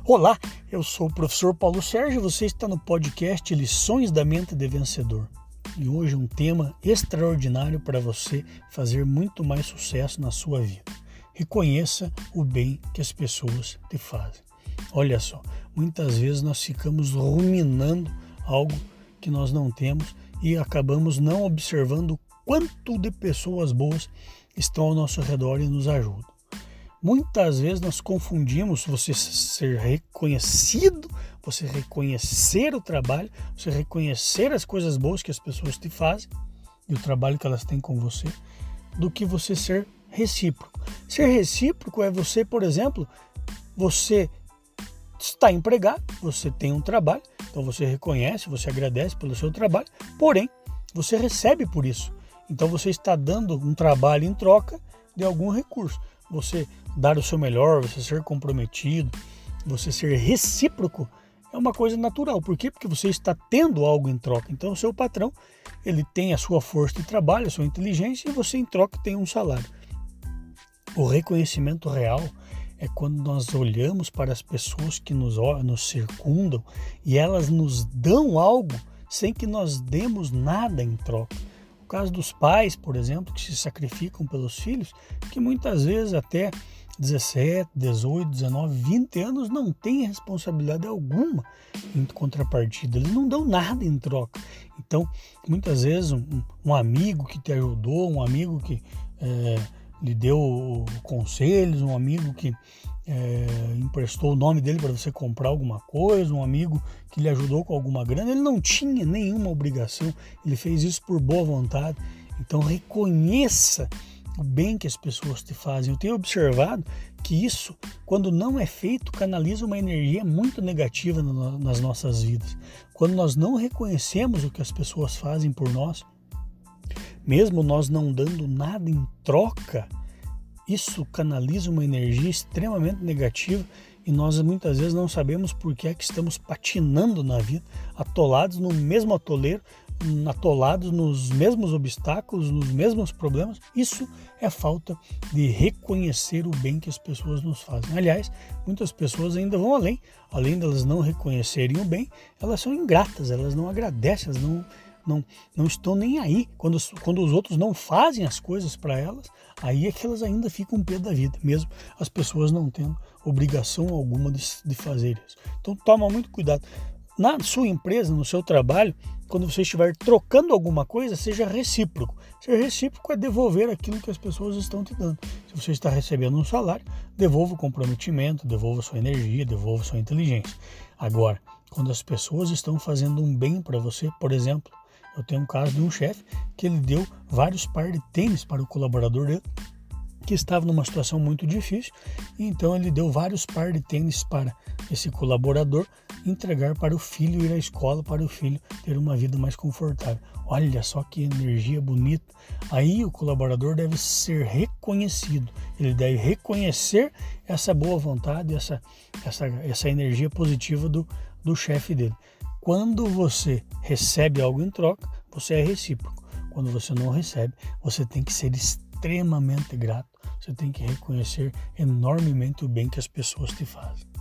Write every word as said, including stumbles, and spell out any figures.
Olá, eu sou o professor Paulo Sérgio e você está no podcast Lições da Mente de Vencedor. E hoje um tema extraordinário para você fazer muito mais sucesso na sua vida. Reconheça o bem que as pessoas te fazem. Olha só, muitas vezes nós ficamos ruminando algo que nós não temos e acabamos não observando o quanto de pessoas boas estão ao nosso redor e nos ajudam. Muitas vezes nós confundimos você ser reconhecido, você reconhecer o trabalho, você reconhecer as coisas boas que as pessoas te fazem e o trabalho que elas têm com você, do que você ser recíproco. Ser recíproco é você, por exemplo, você está empregado, você tem um trabalho, então você reconhece, você agradece pelo seu trabalho, porém, você recebe por isso. Então você está dando um trabalho em troca de algum recurso. Você dar o seu melhor, você ser comprometido, você ser recíproco é uma coisa natural. Por quê? Porque você está tendo algo em troca. Então o seu patrão, ele tem a sua força de trabalho, a sua inteligência e você em troca tem um salário. O reconhecimento real é quando nós olhamos para as pessoas que nos, nos circundam e elas nos dão algo sem que nós demos nada em troca. O caso dos pais, por exemplo, que se sacrificam pelos filhos, que muitas vezes até dezessete, dezoito, dezenove, vinte anos não têm responsabilidade alguma em contrapartida, eles não dão nada em troca. Então, muitas vezes um, um amigo que te ajudou, um amigo que é, lhe deu conselhos, um amigo que é, emprestou o nome dele para você comprar alguma coisa, um amigo que lhe ajudou com alguma grana, ele não tinha nenhuma obrigação, ele fez isso por boa vontade. Então reconheça o bem que as pessoas te fazem. Eu tenho observado que isso, quando não é feito, canaliza uma energia muito negativa no, nas nossas vidas. Quando nós não reconhecemos o que as pessoas fazem por nós, mesmo nós não dando nada em troca, isso canaliza uma energia extremamente negativa e nós muitas vezes não sabemos por que é que estamos patinando na vida, atolados no mesmo atoleiro, atolados nos mesmos obstáculos, nos mesmos problemas. Isso é falta de reconhecer o bem que as pessoas nos fazem. Aliás, muitas pessoas ainda vão além. Além delas não reconhecerem o bem, elas são ingratas, elas não agradecem, elas não Não, não estão nem aí. Quando, quando os outros não fazem as coisas para elas, aí é que elas ainda ficam pé da vida, mesmo as pessoas não tendo obrigação alguma de, de fazer isso. Então toma muito cuidado. Na sua empresa, no seu trabalho, quando você estiver trocando alguma coisa, seja recíproco. Ser recíproco é devolver aquilo que as pessoas estão te dando. Se você está recebendo um salário, devolva o comprometimento, devolva sua energia, devolva sua inteligência. Agora, quando as pessoas estão fazendo um bem para você, por exemplo, eu tenho um caso de um chefe que ele deu vários pares de tênis para o colaborador dele, que estava numa situação muito difícil, e então ele deu vários pares de tênis para esse colaborador entregar para o filho ir à escola, para o filho ter uma vida mais confortável. Olha só que energia bonita. Aí o colaborador deve ser reconhecido, ele deve reconhecer essa boa vontade, essa, essa, essa energia positiva do, do chefe dele. Quando você recebe algo em troca, você é recíproco. Quando você não recebe, você tem que ser extremamente grato. Você tem que reconhecer enormemente o bem que as pessoas te fazem.